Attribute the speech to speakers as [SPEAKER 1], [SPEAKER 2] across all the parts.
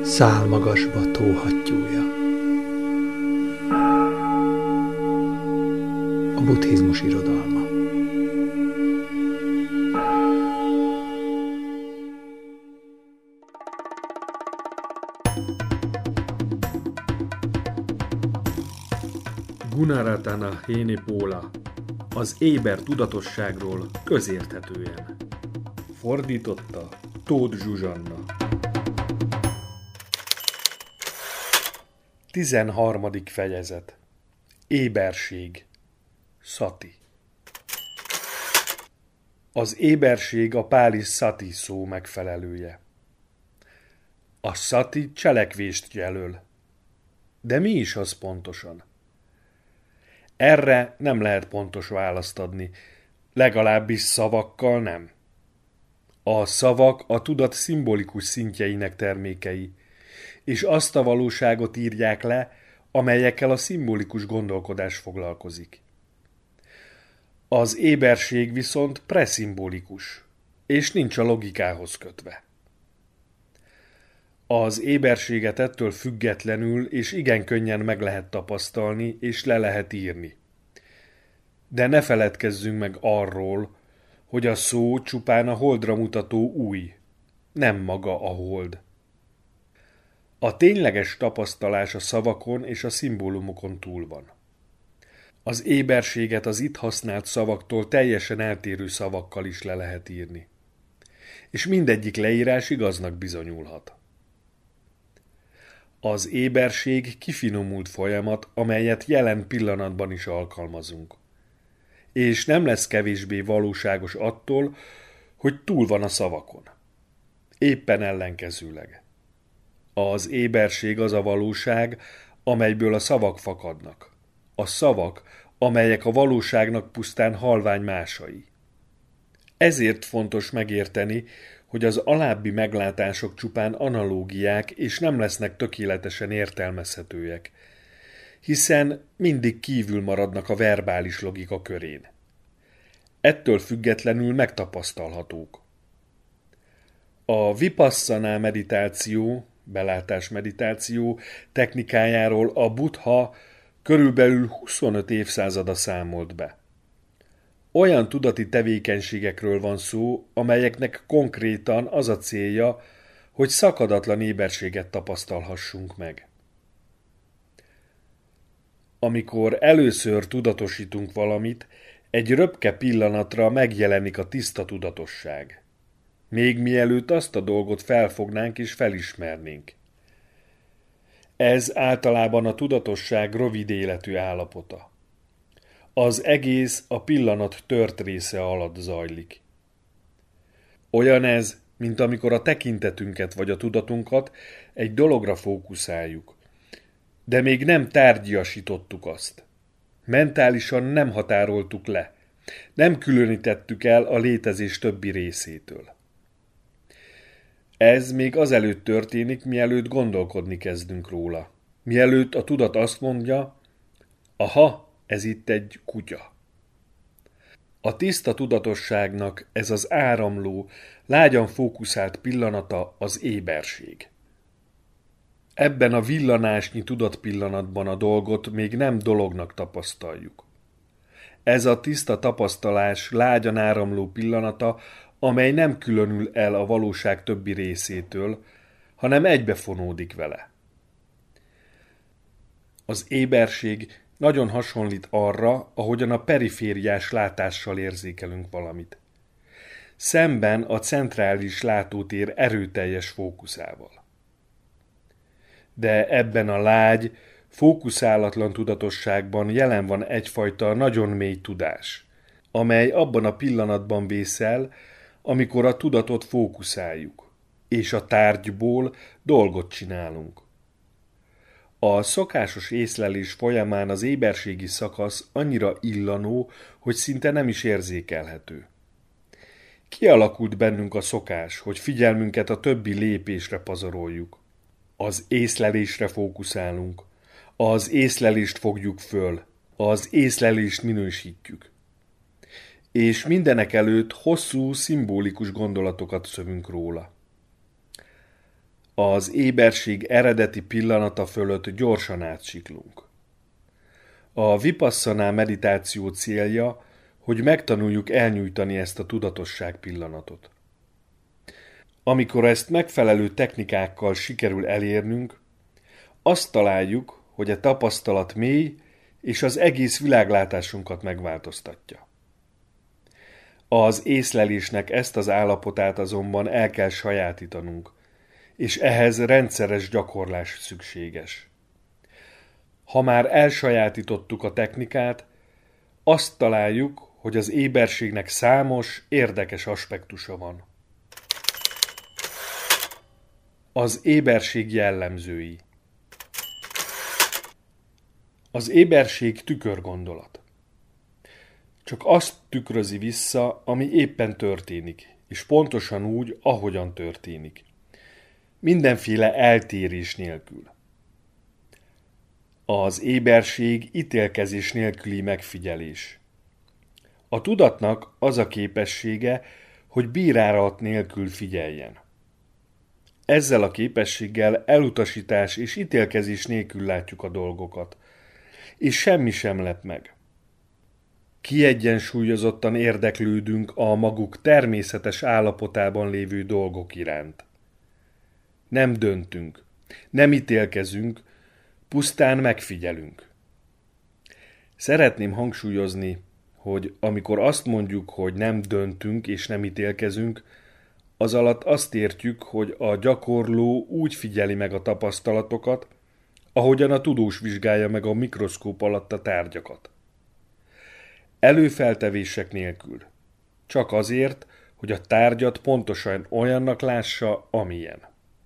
[SPEAKER 1] Szálmagasba tóhattyúja. A buddhizmus irodalma.
[SPEAKER 2] Gunaratana Hénipola, az éber tudatosságról közérthetően. Fordította Tóth Zsuzsanna. 13. fejezet. Éberség. Sati. Az éberség a páli sati szó megfelelője. A sati cselekvést jelöl. De mi is az pontosan? Erre nem lehet pontos választ adni, legalábbis szavakkal nem. A szavak a tudat szimbolikus szintjeinek termékei, és azt a valóságot írják le, amelyekkel a szimbolikus gondolkodás foglalkozik. Az éberség viszont preszimbolikus, és nincs a logikához kötve. Az éberséget ettől függetlenül és igen könnyen meg lehet tapasztalni, és le lehet írni. De ne feledkezzünk meg arról, hogy a szó csupán a holdra mutató ujj, nem maga a hold. A tényleges tapasztalás a szavakon és a szimbólumokon túl van. Az éberséget az itt használt szavaktól teljesen eltérő szavakkal is le lehet írni. És mindegyik leírás igaznak bizonyulhat. Az éberség kifinomult folyamat, amelyet jelen pillanatban is alkalmazunk. És nem lesz kevésbé valóságos attól, hogy túl van a szavakon. Éppen ellenkezőleg. Az éberség az a valóság, amelyből a szavak fakadnak. A szavak, amelyek a valóságnak pusztán halvány másai. Ezért fontos megérteni, hogy az alábbi meglátások csupán analógiák és nem lesznek tökéletesen értelmezhetőek, hiszen mindig kívül maradnak a verbális logika körén. Ettől függetlenül megtapasztalhatók. A vipasszana meditáció, belátás meditáció technikájáról a Buddha körülbelül 25 évszázada számolt be. Olyan tudati tevékenységekről van szó, amelyeknek konkrétan az a célja, hogy szakadatlan éberséget tapasztalhassunk meg. Amikor először tudatosítunk valamit, egy röpke pillanatra megjelenik a tiszta tudatosság. Még mielőtt azt a dolgot felfognánk és felismernénk. Ez általában a tudatosság rövid életű állapota. Az egész a pillanat tört része alatt zajlik. Olyan ez, mint amikor a tekintetünket vagy a tudatunkat egy dologra fókuszáljuk, de még nem tárgyiasítottuk azt. Mentálisan nem határoltuk le, nem különítettük el a létezés többi részétől. Ez még azelőtt történik, mielőtt gondolkodni kezdünk róla. Mielőtt a tudat azt mondja, aha, ez itt egy kutya. A tiszta tudatosságnak ez az áramló, lágyan fókuszált pillanata az éberség. Ebben a villanásnyi tudatpillanatban a dolgot még nem dolognak tapasztaljuk. Ez a tiszta tapasztalás lágyan áramló pillanata, amely nem különül el a valóság többi részétől, hanem egybefonódik vele. Az éberség nagyon hasonlít arra, ahogyan a perifériás látással érzékelünk valamit. Szemben a centrális látótér erőteljes fókuszával. De ebben a lágy, fókuszálatlan tudatosságban jelen van egyfajta nagyon mély tudás, amely abban a pillanatban vészel, amikor a tudatot fókuszáljuk, és a tárgyból dolgot csinálunk. A szokásos észlelés folyamán az éberségi szakasz annyira illanó, hogy szinte nem is érzékelhető. Kialakult bennünk a szokás, hogy figyelmünket a többi lépésre pazaroljuk. Az észlelésre fókuszálunk, az észlelést fogjuk föl, az észlelést minősítjük. És mindenek előtt hosszú, szimbolikus gondolatokat szövünk róla. Az éberség eredeti pillanata fölött gyorsan átsiklunk. A vipasszana meditáció célja, hogy megtanuljuk elnyújtani ezt a tudatosság pillanatot. Amikor ezt megfelelő technikákkal sikerül elérnünk, azt találjuk, hogy a tapasztalat mély és az egész világlátásunkat megváltoztatja. Az észlelésnek ezt az állapotát azonban el kell sajátítanunk, és ehhez rendszeres gyakorlás szükséges. Ha már elsajátítottuk a technikát, azt találjuk, hogy az éberségnek számos, érdekes aspektusa van. Az éberség jellemzői. Az éberség tükörgondolat. Csak azt tükrözi vissza, ami éppen történik, és pontosan úgy, ahogyan történik. Mindenféle eltérés nélkül. Az éberség ítélkezés nélküli megfigyelés. A tudatnak az a képessége, hogy bírálat nélkül figyeljen. Ezzel a képességgel elutasítás és ítélkezés nélkül látjuk a dolgokat, és semmi sem lep meg. Kiegyensúlyozottan érdeklődünk a maguk természetes állapotában lévő dolgok iránt. Nem döntünk, nem ítélkezünk, pusztán megfigyelünk. Szeretném hangsúlyozni, hogy amikor azt mondjuk, hogy nem döntünk és nem ítélkezünk, az alatt azt értjük, hogy a gyakorló úgy figyeli meg a tapasztalatokat, ahogyan a tudós vizsgálja meg a mikroszkóp alatt a tárgyakat. Előfeltevések nélkül. Csak azért, hogy a tárgyat pontosan olyannak lássa, amilyen.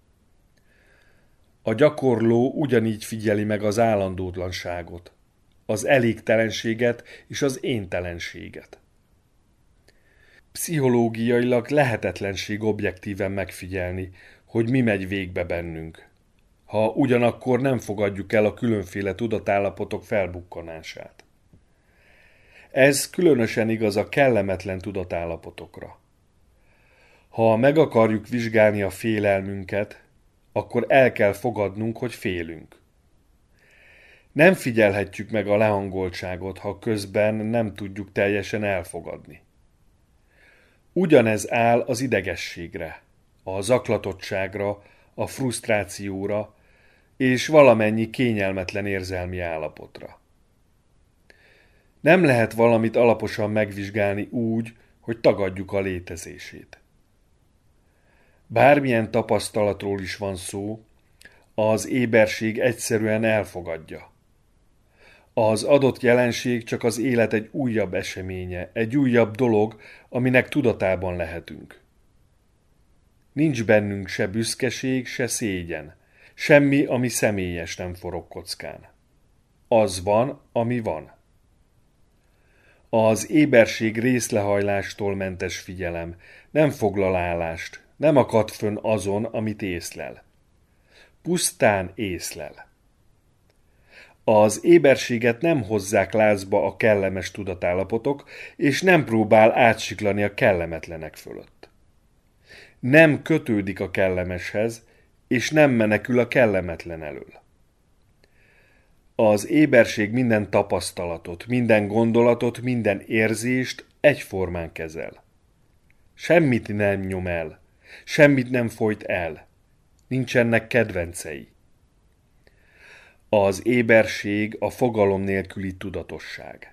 [SPEAKER 2] A gyakorló ugyanígy figyeli meg az állandótlanságot, az elégtelenséget és az éntelenséget. Pszichológiailag lehetetlenség objektíven megfigyelni, hogy mi megy végbe bennünk, ha ugyanakkor nem fogadjuk el a különféle tudatállapotok felbukkanását. Ez különösen igaz a kellemetlen tudatállapotokra. Ha meg akarjuk vizsgálni a félelmünket, akkor el kell fogadnunk, hogy félünk. Nem figyelhetjük meg a lehangoltságot, ha közben nem tudjuk teljesen elfogadni. Ugyanez áll az idegességre, a zaklatottságra, a frusztrációra és valamennyi kényelmetlen érzelmi állapotra. Nem lehet valamit alaposan megvizsgálni úgy, hogy tagadjuk a létezését. Bármilyen tapasztalatról is van szó, az éberség egyszerűen elfogadja. Az adott jelenség csak az élet egy újabb eseménye, egy újabb dolog, aminek tudatában lehetünk. Nincs bennünk se büszkeség, se szégyen, semmi, ami személyes nem forog kockán. Az van, ami van. Az éberség részlehajlástól mentes figyelem, nem foglal állást, nem akad fönn azon, amit észlel. Pusztán észlel. Az éberséget nem hozzák lázba a kellemes tudatállapotok, és nem próbál átsiklani a kellemetlenek fölött. Nem kötődik a kellemeshez, és nem menekül a kellemetlen elől. Az éberség minden tapasztalatot, minden gondolatot, minden érzést egyformán kezel. Semmit nem nyom el, semmit nem folyt el, nincsenek kedvencei. Az éberség a fogalom nélküli tudatosság.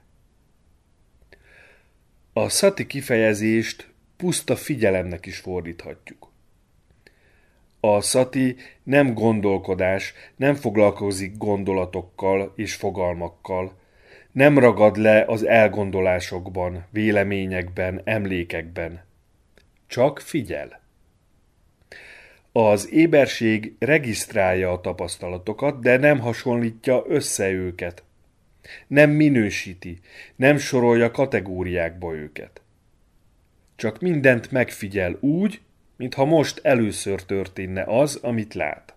[SPEAKER 2] A szati kifejezést puszta figyelemnek is fordíthatjuk. A szati nem gondolkodás, nem foglalkozik gondolatokkal és fogalmakkal, nem ragad le az elgondolásokban, véleményekben, emlékekben. Csak figyel. Az éberség regisztrálja a tapasztalatokat, de nem hasonlítja össze őket. Nem minősíti, nem sorolja kategóriákba őket. Csak mindent megfigyel úgy, mintha most először történne az, amit lát.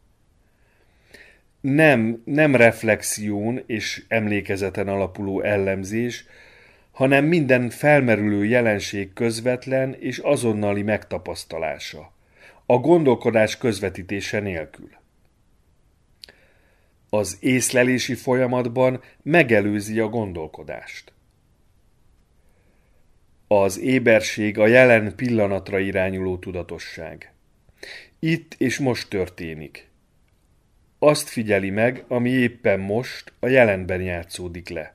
[SPEAKER 2] Nem reflexión és emlékezeten alapuló ellenzés, hanem minden felmerülő jelenség közvetlen és azonnali megtapasztalása, a gondolkodás közvetítése nélkül. Az észlelési folyamatban megelőzi a gondolkodást. Az éberség a jelen pillanatra irányuló tudatosság. Itt és most történik. Azt figyeli meg, ami éppen most a jelenben játszódik le.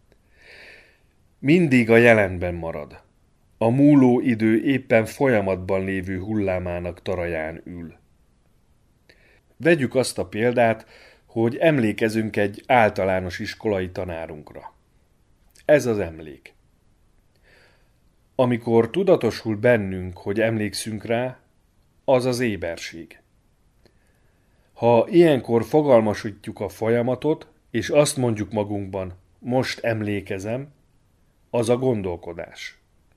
[SPEAKER 2] Mindig a jelenben marad. A múló idő éppen folyamatban lévő hullámának taraján ül. Vegyük azt a példát, hogy emlékezünk egy általános iskolai tanárunkra. Ez az emlék. Amikor tudatosul bennünk, hogy emlékszünk rá, az az éberség. Ha ilyenkor fogalmasítjuk a folyamatot, és azt mondjuk magunkban, most emlékezem, az a gondolkodás.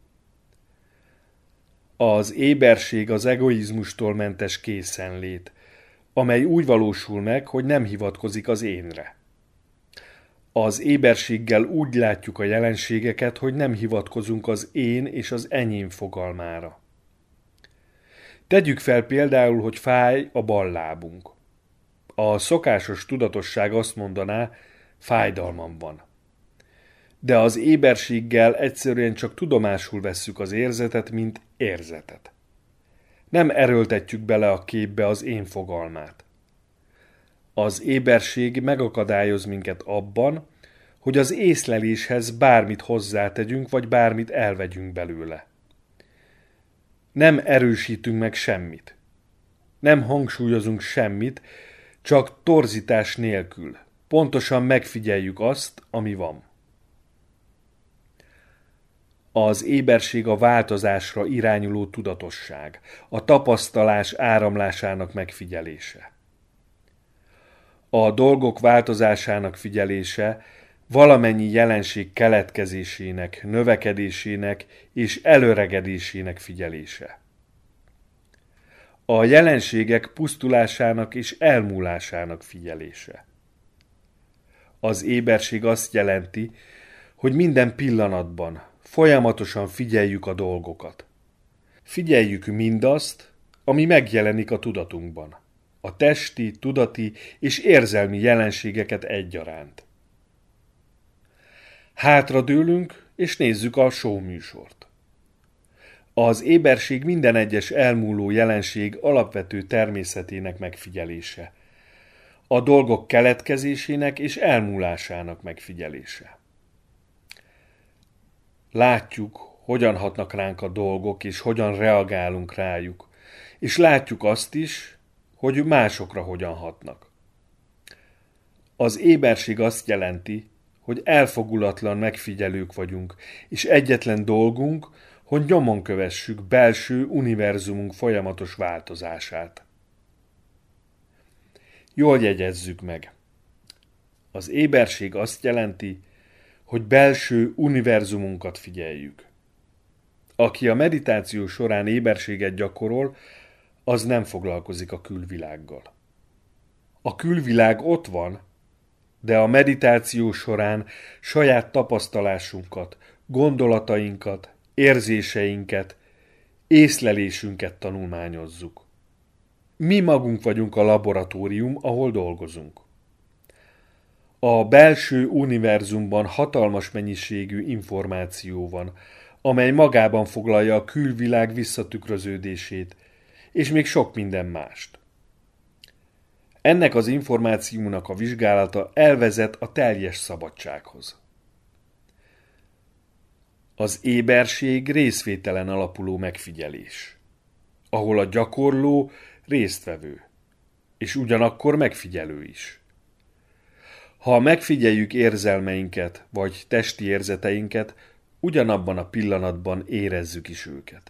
[SPEAKER 2] Az éberség az egoizmustól mentes készenlét, amely úgy valósul meg, hogy nem hivatkozik az énre. Az éberséggel úgy látjuk a jelenségeket, hogy nem hivatkozunk az én és az enyém fogalmára. Tegyük fel például, hogy fáj a bal lábunk. A szokásos tudatosság azt mondaná, fájdalmam van. De az éberséggel egyszerűen csak tudomásul vesszük az érzetet, mint érzetet. Nem erőltetjük bele a képbe az én fogalmát. Az éberség megakadályoz minket abban, hogy az észleléshez bármit hozzátegyünk, vagy bármit elvegyünk belőle. Nem erősítünk meg semmit. Nem hangsúlyozunk semmit, csak torzítás nélkül. Pontosan megfigyeljük azt, ami van. Az éberség a változásra irányuló tudatosság, a tapasztalás áramlásának megfigyelése. A dolgok változásának figyelése valamennyi jelenség keletkezésének, növekedésének és előregedésének figyelése. A jelenségek pusztulásának és elmúlásának figyelése. Az éberség azt jelenti, hogy minden pillanatban folyamatosan figyeljük a dolgokat. Figyeljük mindazt, ami megjelenik a tudatunkban, a testi, tudati és érzelmi jelenségeket egyaránt. Hátradőlünk és nézzük a show műsort. Az éberség minden egyes elmúló jelenség alapvető természetének megfigyelése, a dolgok keletkezésének és elmúlásának megfigyelése. Látjuk, hogyan hatnak ránk a dolgok, és hogyan reagálunk rájuk, és látjuk azt is, hogy másokra hogyan hatnak. Az éberség azt jelenti, hogy elfogulatlan megfigyelők vagyunk, és egyetlen dolgunk, hogy nyomon kövessük belső univerzumunk folyamatos változását. Jól jegyezzük meg. Az éberség azt jelenti, hogy belső univerzumunkat figyeljük. Aki a meditáció során éberséget gyakorol, az nem foglalkozik a külvilággal. A külvilág ott van, de a meditáció során saját tapasztalásunkat, gondolatainkat, érzéseinket, észlelésünket tanulmányozzuk. Mi magunk vagyunk a laboratórium, ahol dolgozunk. A belső univerzumban hatalmas mennyiségű információ van, amely magában foglalja a külvilág visszatükröződését, és még sok minden mást. Ennek az információnak a vizsgálata elvezet a teljes szabadsághoz. Az éberség részvételen alapuló megfigyelés, ahol a gyakorló résztvevő, és ugyanakkor megfigyelő is. Ha megfigyeljük érzelmeinket, vagy testi érzeteinket, ugyanabban a pillanatban érezzük is őket.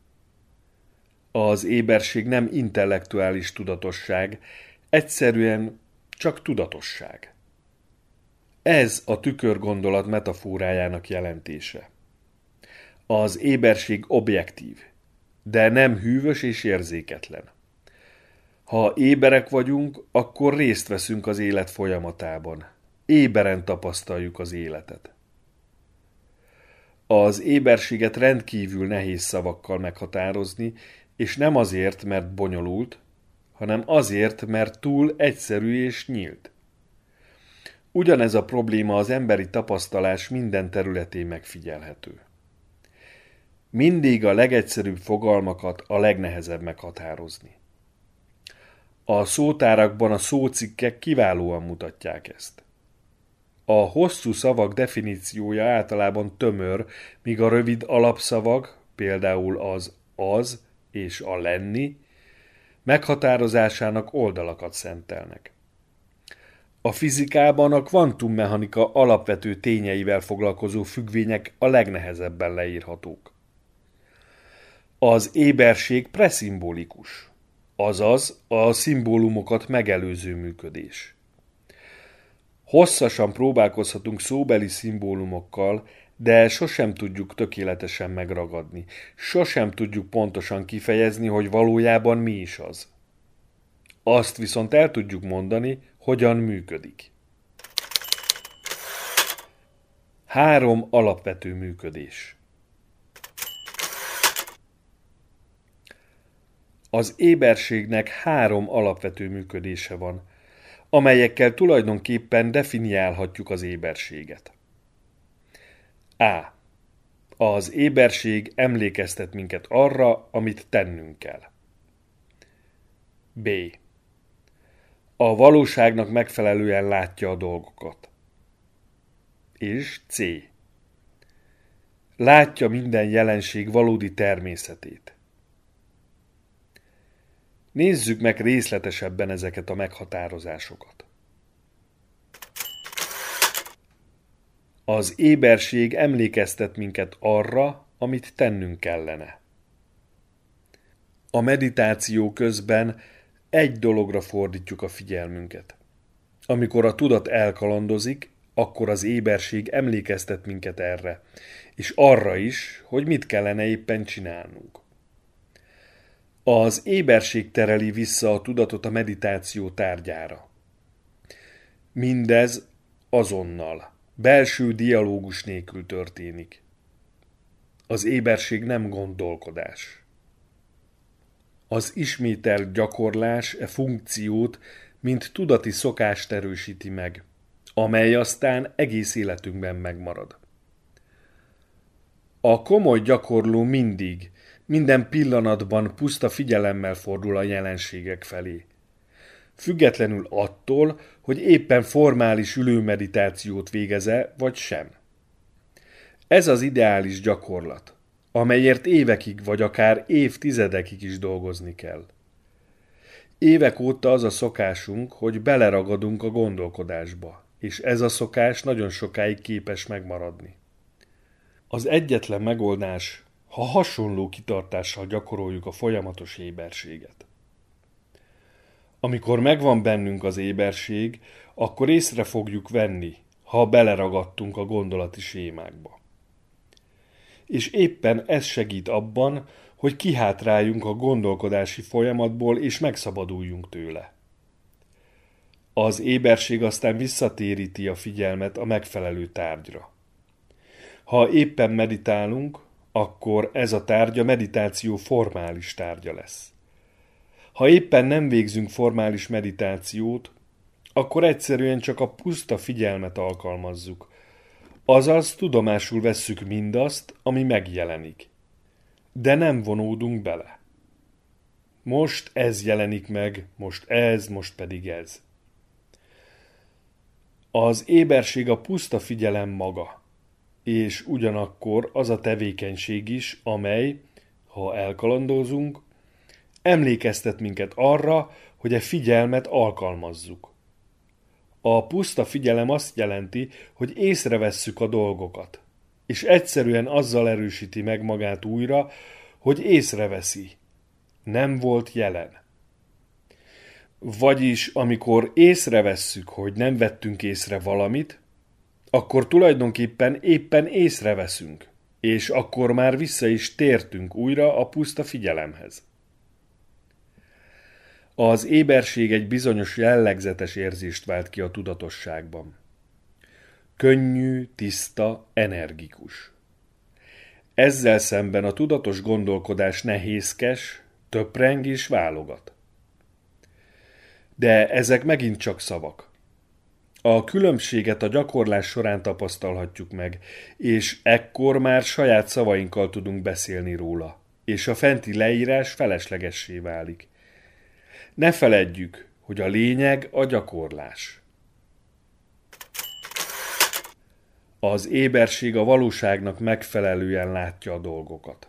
[SPEAKER 2] Az éberség nem intellektuális tudatosság, egyszerűen csak tudatosság. Ez a tükörgondolat metaforájának jelentése. Az éberség objektív, de nem hűvös és érzéketlen. Ha éberek vagyunk, akkor részt veszünk az élet folyamatában. Éberen tapasztaljuk az életet. Az éberséget rendkívül nehéz szavakkal meghatározni, és nem azért, mert bonyolult, hanem azért, mert túl egyszerű és nyílt. Ugyanez a probléma az emberi tapasztalás minden területén megfigyelhető. Mindig a legegyszerűbb fogalmakat a legnehezebb meghatározni. A szótárakban a szócikkek kiválóan mutatják ezt. A hosszú szavak definíciója általában tömör, míg a rövid alapszavak, például az és a lenni, meghatározásának oldalakat szentelnek. A fizikában a kvantummechanika alapvető tényeivel foglalkozó függvények a legnehezebben leírhatók. Az éberség preszimbolikus, azaz a szimbólumokat megelőző működés. Hosszasan próbálkozhatunk szóbeli szimbólumokkal, de sosem tudjuk tökéletesen megragadni, sosem tudjuk pontosan kifejezni, hogy valójában mi is az. Azt viszont el tudjuk mondani, hogyan működik. 3 alapvető működés. Az éberségnek 3 alapvető működése van, amelyekkel tulajdonképpen definiálhatjuk az éberséget. A. Az éberség emlékeztet minket arra, amit tennünk kell. B. A valóságnak megfelelően látja a dolgokat. És C. Látja minden jelenség valódi természetét. Nézzük meg részletesebben ezeket a meghatározásokat. Az éberség emlékeztet minket arra, amit tennünk kellene. A meditáció közben egy dologra fordítjuk a figyelmünket. Amikor a tudat elkalandozik, akkor az éberség emlékeztet minket erre, és arra is, hogy mit kellene éppen csinálnunk. Az éberség tereli vissza a tudatot a meditáció tárgyára. Mindez azonnal, belső dialógus nélkül történik. Az éberség nem gondolkodás. Az ismételt gyakorlás e funkciót, mint tudati szokást erősíti meg, amely aztán egész életünkben megmarad. A komoly gyakorló mindig, minden pillanatban puszta figyelemmel fordul a jelenségek felé. Függetlenül attól, hogy éppen formális ülőmeditációt végez-e, vagy sem. Ez az ideális gyakorlat, amelyért évekig vagy akár évtizedekig is dolgozni kell. Évek óta az a szokásunk, hogy beleragadunk a gondolkodásba, és ez a szokás nagyon sokáig képes megmaradni. Az egyetlen megoldás, ha hasonló kitartással gyakoroljuk a folyamatos éberséget. Amikor megvan bennünk az éberség, akkor észre fogjuk venni, ha beleragadtunk a gondolati sémákba. És éppen ez segít abban, hogy kihátráljunk a gondolkodási folyamatból és megszabaduljunk tőle. Az éberség aztán visszatéríti a figyelmet a megfelelő tárgyra. Ha éppen meditálunk, akkor ez a tárgy a meditáció formális tárgya lesz. Ha éppen nem végzünk formális meditációt, akkor egyszerűen csak a puszta figyelmet alkalmazzuk, azaz tudomásul vesszük mindazt, ami megjelenik. De nem vonódunk bele. Most ez jelenik meg, most ez, most pedig ez. Az éberség a puszta figyelem maga, és ugyanakkor az a tevékenység is, amely, ha elkalandozunk, emlékeztet minket arra, hogy a figyelmet alkalmazzuk. A puszta figyelem azt jelenti, hogy észrevesszük a dolgokat, és egyszerűen azzal erősíti meg magát újra, hogy észreveszi. Nem volt jelen. Vagyis amikor észrevesszük, hogy nem vettünk észre valamit, akkor tulajdonképpen éppen észreveszünk, és akkor már vissza is tértünk újra a puszta figyelemhez. Az éberség egy bizonyos jellegzetes érzést vált ki a tudatosságban. Könnyű, tiszta, energikus. Ezzel szemben a tudatos gondolkodás nehézkes, töpreng és válogat. De ezek megint csak szavak. A különbséget a gyakorlás során tapasztalhatjuk meg, és ekkor már saját szavainkkal tudunk beszélni róla, és a fenti leírás feleslegessé válik. Ne feledjük, hogy a lényeg a gyakorlás. Az éberség a valóságnak megfelelően látja a dolgokat.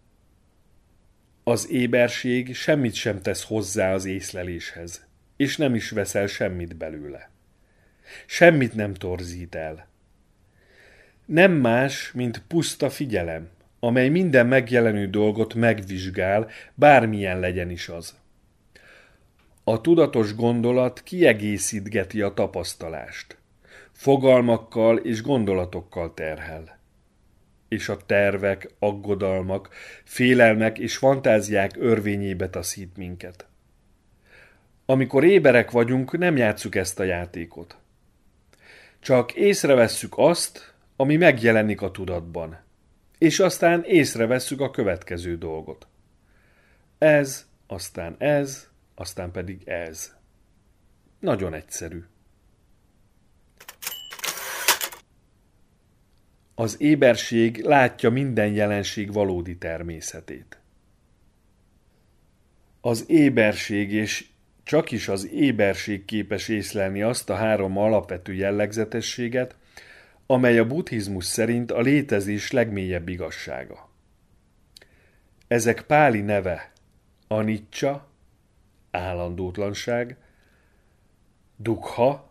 [SPEAKER 2] Az éberség semmit sem tesz hozzá az észleléshez, és nem is veszel semmit belőle. Semmit nem torzít el. Nem más, mint puszta figyelem, amely minden megjelenő dolgot megvizsgál, bármilyen legyen is az. A tudatos gondolat kiegészítgeti a tapasztalást. Fogalmakkal és gondolatokkal terhel. És a tervek, aggodalmak, félelmek és fantáziák örvényébe taszít minket. Amikor éberek vagyunk, nem játsszuk ezt a játékot. Csak észrevesszük azt, ami megjelenik a tudatban, és aztán észrevesszük a következő dolgot. Ez, aztán pedig ez. Nagyon egyszerű. Az éberség látja minden jelenség valódi természetét. Az éberség és csak is az éberség képes észlelni azt a 3 alapvető jellegzetességet, amely a buddhizmus szerint a létezés legmélyebb igazsága. Ezek páli neve anicca, állandótlanság, dukkha,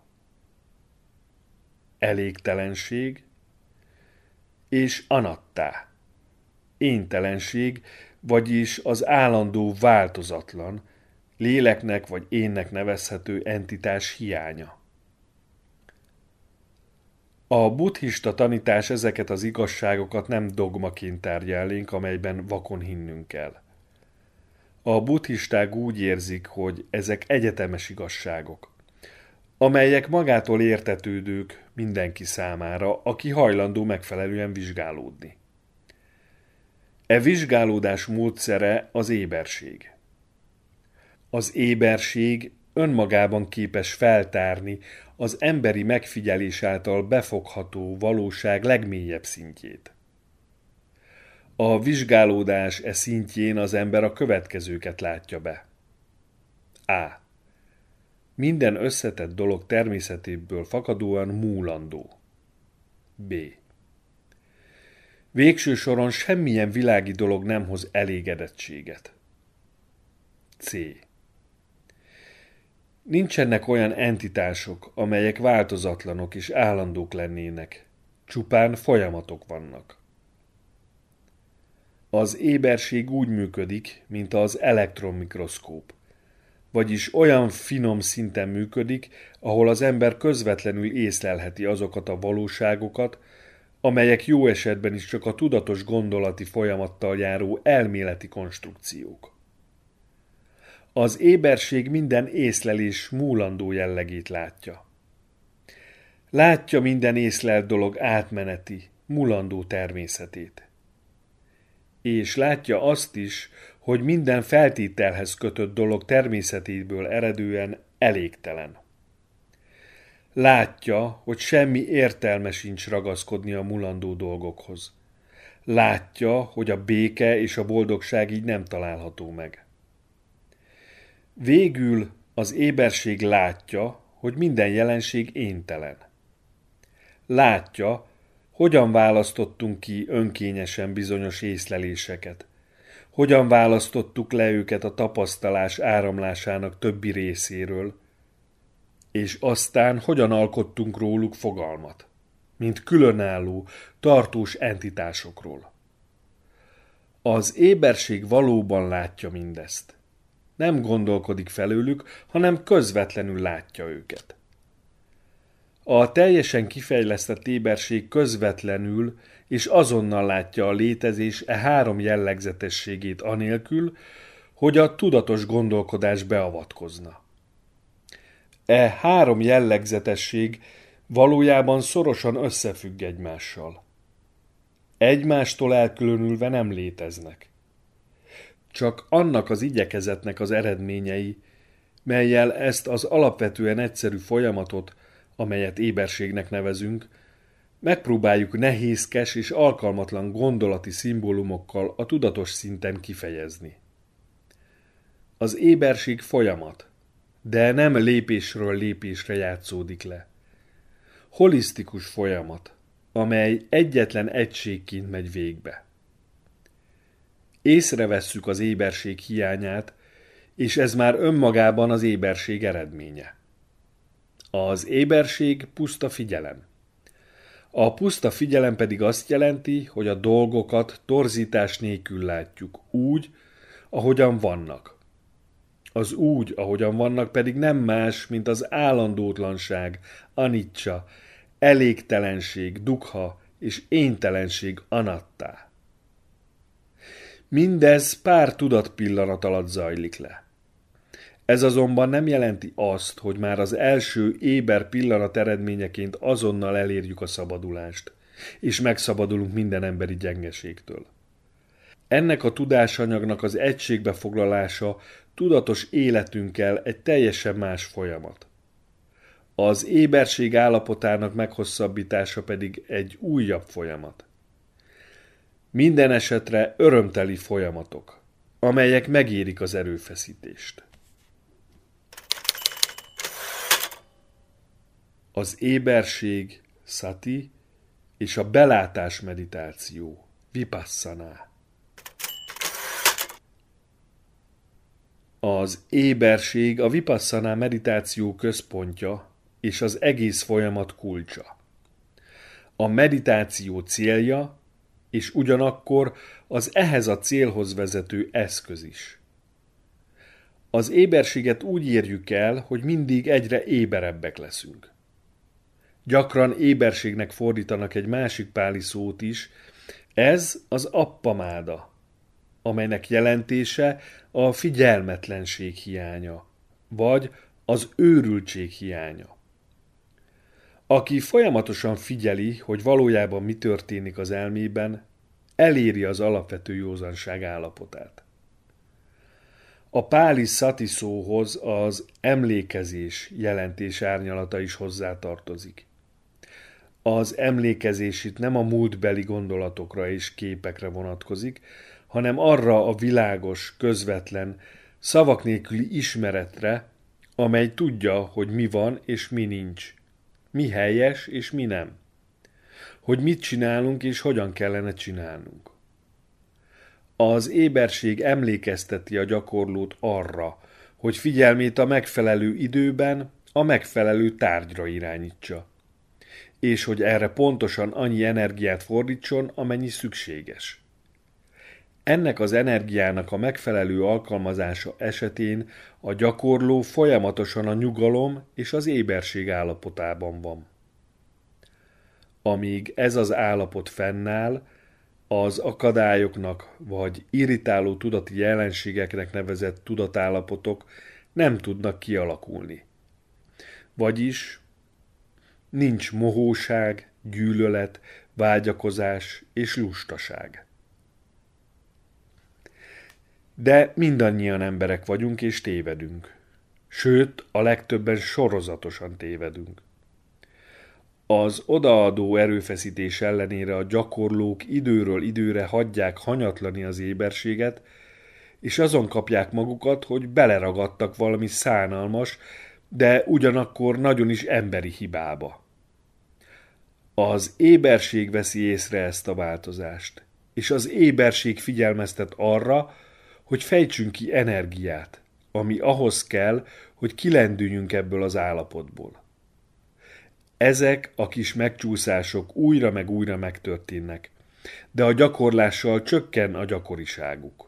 [SPEAKER 2] elégtelenség, és anattá, éntelenség, vagyis az állandó változatlan, léleknek vagy énnek nevezhető entitás hiánya. A buddhista tanítás ezeket az igazságokat nem dogmaként tárgya elénk, amelyben vakon hinnünk kell. A buddhisták úgy érzik, hogy ezek egyetemes igazságok, amelyek magától értetődők mindenki számára, aki hajlandó megfelelően vizsgálódni. E vizsgálódás módszere az éberség. Az éberség önmagában képes feltárni az emberi megfigyelés által befogható valóság legmélyebb szintjét. A vizsgálódás e szintjén az ember a következőket látja be. A. Minden összetett dolog természetéből fakadóan múlandó. B. Végső soron semmilyen világi dolog nem hoz elégedettséget. C. Nincsenek olyan entitások, amelyek változatlanok és állandók lennének. Csupán folyamatok vannak. Az éberség úgy működik, mint az elektronmikroszkóp, vagyis olyan finom szinten működik, ahol az ember közvetlenül észlelheti azokat a valóságokat, amelyek jó esetben is csak a tudatos gondolati folyamattal járó elméleti konstrukciók. Az éberség minden észlelés múlandó jellegét látja. Látja minden észlelt dolog átmeneti, mulandó természetét. És látja azt is, hogy minden feltételhez kötött dolog természetéből eredően elégtelen. Látja, hogy semmi értelme sincs ragaszkodni a mulandó dolgokhoz. Látja, hogy a béke és a boldogság így nem található meg. Végül az éberség látja, hogy minden jelenség éntelen. Látja, hogyan választottunk ki önkényesen bizonyos észleléseket, hogyan választottuk le őket a tapasztalás áramlásának többi részéről, és aztán hogyan alkottunk róluk fogalmat, mint különálló, tartós entitásokról. Az éberség valóban látja mindezt. Nem gondolkodik felőlük, hanem közvetlenül látja őket. A teljesen kifejlesztett éberség közvetlenül és azonnal látja a létezés e 3 jellegzetességét anélkül, hogy a tudatos gondolkodás beavatkozna. E 3 jellegzetesség valójában szorosan összefügg egymással. Egymástól elkülönülve nem léteznek. csak annak az igyekezetnek az eredményei, mellyel ezt az alapvetően egyszerű folyamatot, amelyet éberségnek nevezünk, megpróbáljuk nehézkes és alkalmatlan gondolati szimbólumokkal a tudatos szinten kifejezni. Az éberség folyamat, de nem lépésről lépésre játszódik le. Holisztikus folyamat, amely egyetlen egységként megy végbe. Észrevesszük az éberség hiányát, és ez már önmagában az éberség eredménye. Az éberség puszta figyelem. A puszta figyelem pedig azt jelenti, hogy a dolgokat torzítás nélkül látjuk úgy, ahogyan vannak. Az úgy, ahogyan vannak pedig nem más, mint az állandótlanság, anicca, elégtelenség, dukha és éntelenség anattá. Mindez pár tudatpillanat alatt zajlik le. Ez azonban nem jelenti azt, hogy már az első éber pillanat eredményeként azonnal elérjük a szabadulást, és megszabadulunk minden emberi gyengeségtől. Ennek a tudásanyagnak az egységbe foglalása tudatos életünkkel egy teljesen más folyamat. Az éberség állapotának meghosszabbítása pedig egy újabb folyamat. Minden esetre örömteli folyamatok, amelyek megérik az erőfeszítést. Az éberség, sati, és a belátás meditáció, vipassana. Az éberség a vipassana meditáció központja és az egész folyamat kulcsa. A meditáció célja, és ugyanakkor az ehhez a célhoz vezető eszköz is. Az éberséget úgy érjük el, hogy mindig egyre éberebbek leszünk. Gyakran éberségnek fordítanak egy másik páli szót is, ez az appamáda, amelynek jelentése a figyelmetlenség hiánya, vagy az őrültség hiánya. Aki folyamatosan figyeli, hogy valójában mi történik az elmében, eléri az alapvető józanság állapotát. A páli szati szóhoz az emlékezés jelentés árnyalata is hozzátartozik. Az emlékezés itt nem a múltbeli gondolatokra és képekre vonatkozik, hanem arra a világos, közvetlen, szavak nélküli ismeretre, amely tudja, hogy mi van és mi nincs, mi helyes és mi nem, hogy mit csinálunk és hogyan kellene csinálnunk. Az éberség emlékezteti a gyakorlót arra, hogy figyelmét a megfelelő időben a megfelelő tárgyra irányítsa, és hogy erre pontosan annyi energiát fordítson, amennyi szükséges. Ennek az energiának a megfelelő alkalmazása esetén a gyakorló folyamatosan a nyugalom és az éberség állapotában van. Amíg ez az állapot fennáll, az akadályoknak vagy irritáló tudati jelenségeknek nevezett tudatállapotok nem tudnak kialakulni. Vagyis nincs mohóság, gyűlölet, vágyakozás és lustaság. De mindannyian emberek vagyunk és tévedünk. Sőt, a legtöbben sorozatosan tévedünk. Az odaadó erőfeszítés ellenére a gyakorlók időről időre hagyják hanyatlani az éberséget, és azon kapják magukat, hogy beleragadtak valami szánalmas, de ugyanakkor nagyon is emberi hibába. Az éberség veszi észre ezt a változást, és az éberség figyelmeztet arra, hogy fejtsünk ki energiát, ami ahhoz kell, hogy kilendüljünk ebből az állapotból. Ezek a kis megcsúszások újra meg újra megtörténnek, de a gyakorlással csökken a gyakoriságuk.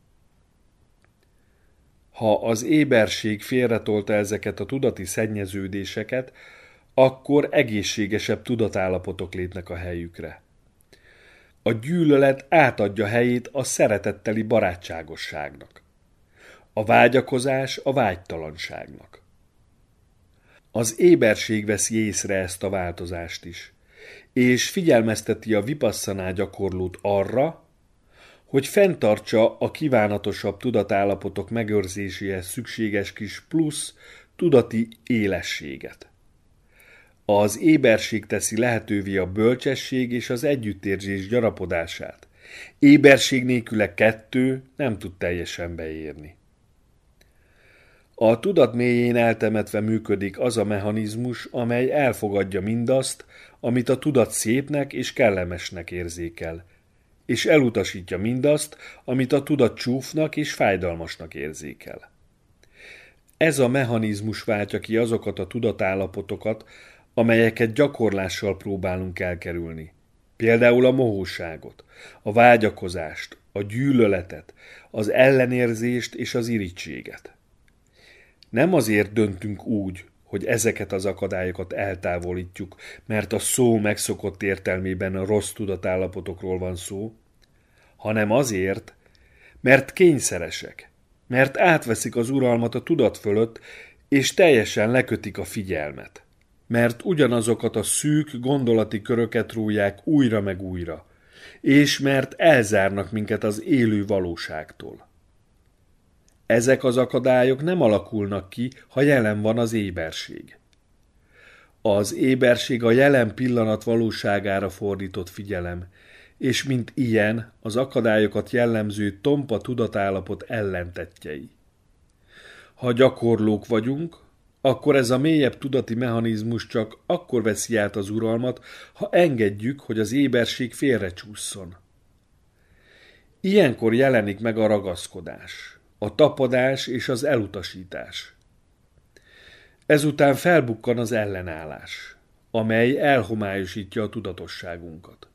[SPEAKER 2] Ha az éberség félretolta ezeket a tudati szennyeződéseket, akkor egészségesebb tudatállapotok lépnek a helyükre. A gyűlölet átadja helyét a szeretetteli barátságosságnak. A vágyakozás a vágytalanságnak. Az éberség veszi észre ezt a változást is, és figyelmezteti a vipassaná gyakorlót arra, hogy fenntartsa a kívánatosabb tudatállapotok megőrzéséhez szükséges kis plusz tudati élességet. Az éberség teszi lehetővé a bölcsesség és az együttérzés gyarapodását. Éberség nélküle kettő nem tud teljesen beérni. A tudat mélyén eltemetve működik az a mechanizmus, amely elfogadja mindazt, amit a tudat szépnek és kellemesnek érzékel, és elutasítja mindazt, amit a tudat csúfnak és fájdalmasnak érzékel. Ez a mechanizmus váltja ki azokat a tudatállapotokat, amelyeket gyakorlással próbálunk elkerülni. Például a mohóságot, a vágyakozást, a gyűlöletet, az ellenérzést és az irítséget. Nem azért döntünk úgy, hogy ezeket az akadályokat eltávolítjuk, mert a szó megszokott értelmében a rossz tudatállapotokról van szó, hanem azért, mert kényszeresek, mert átveszik az uralmat a tudat fölött, és teljesen lekötik a figyelmet. Mert ugyanazokat a szűk gondolati köröket róják újra meg újra, és mert elzárnak minket az élő valóságtól. Ezek az akadályok nem alakulnak ki, ha jelen van az éberség. Az éberség a jelen pillanat valóságára fordított figyelem, és mint ilyen az akadályokat jellemző tompa tudatállapot ellentettjei. Ha gyakorlók vagyunk, akkor ez a mélyebb tudati mechanizmus csak akkor veszi át az uralmat, ha engedjük, hogy az éberség félrecsússzon. Ilyenkor jelenik meg a ragaszkodás, a tapadás és az elutasítás. Ezután felbukkan az ellenállás, amely elhomályosítja a tudatosságunkat.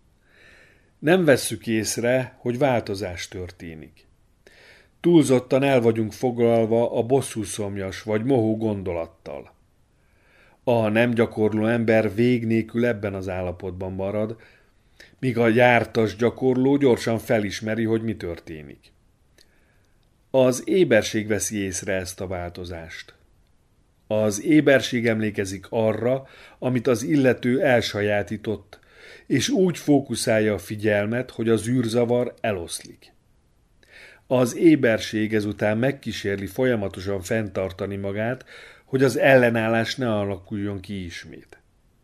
[SPEAKER 2] Nem vesszük észre, hogy változás történik. Túlzottan el vagyunk foglalva a bosszúszomjas vagy mohó gondolattal. A nem gyakorló ember vég nélkül ebben az állapotban marad, míg a jártas gyakorló gyorsan felismeri, hogy mi történik. Az éberség veszi észre ezt a változást. Az éberség emlékezik arra, amit az illető elsajátított, és úgy fókuszálja a figyelmet, hogy az űrzavar eloszlik. Az éberség ezután megkísérli folyamatosan fenntartani magát, hogy az ellenállás ne alakuljon ki ismét.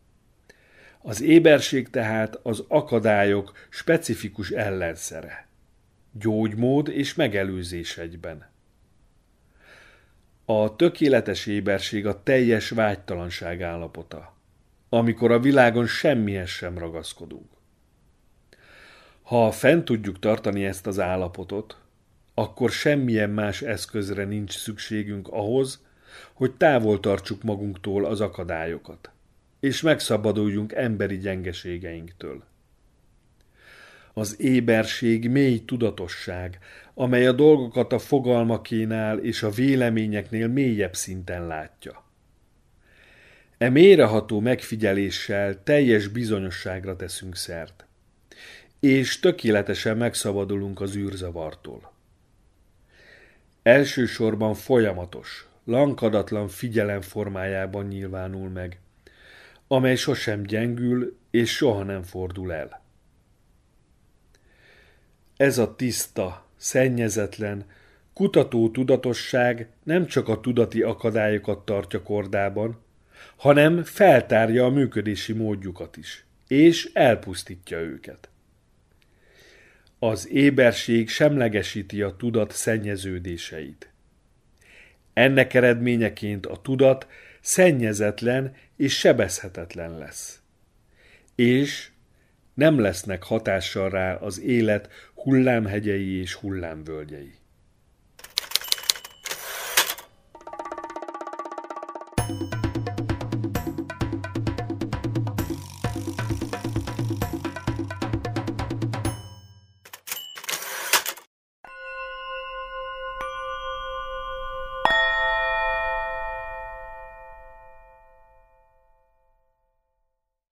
[SPEAKER 2] Az éberség tehát az akadályok specifikus ellenszere, gyógymód és megelőzés egyben. A tökéletes éberség a teljes vágytalanság állapota, amikor a világon semmihez sem ragaszkodunk. Ha fent tudjuk tartani ezt az állapotot, akkor semmilyen más eszközre nincs szükségünk ahhoz, hogy távol tartsuk magunktól az akadályokat, és megszabaduljunk emberi gyengeségeinktől. Az éberség mély tudatosság, amely a dolgokat a fogalmakénál és a véleményeknél mélyebb szinten látja. E mélyreható megfigyeléssel teljes bizonyosságra teszünk szert, és tökéletesen megszabadulunk az űrzavartól. Elsősorban folyamatos, lankadatlan figyelem formájában nyilvánul meg, amely sosem gyengül és soha nem fordul el. Ez a tiszta, szennyezetlen, kutató tudatosság nem csak a tudati akadályokat tartja kordában, hanem feltárja a működési módjukat is, és elpusztítja őket. Az éberség semlegesíti a tudat szennyeződéseit. Ennek eredményeként a tudat szennyezetlen és sebezhetetlen lesz. És nem lesznek hatással rá az élet hullámhegyei és hullámvölgyei.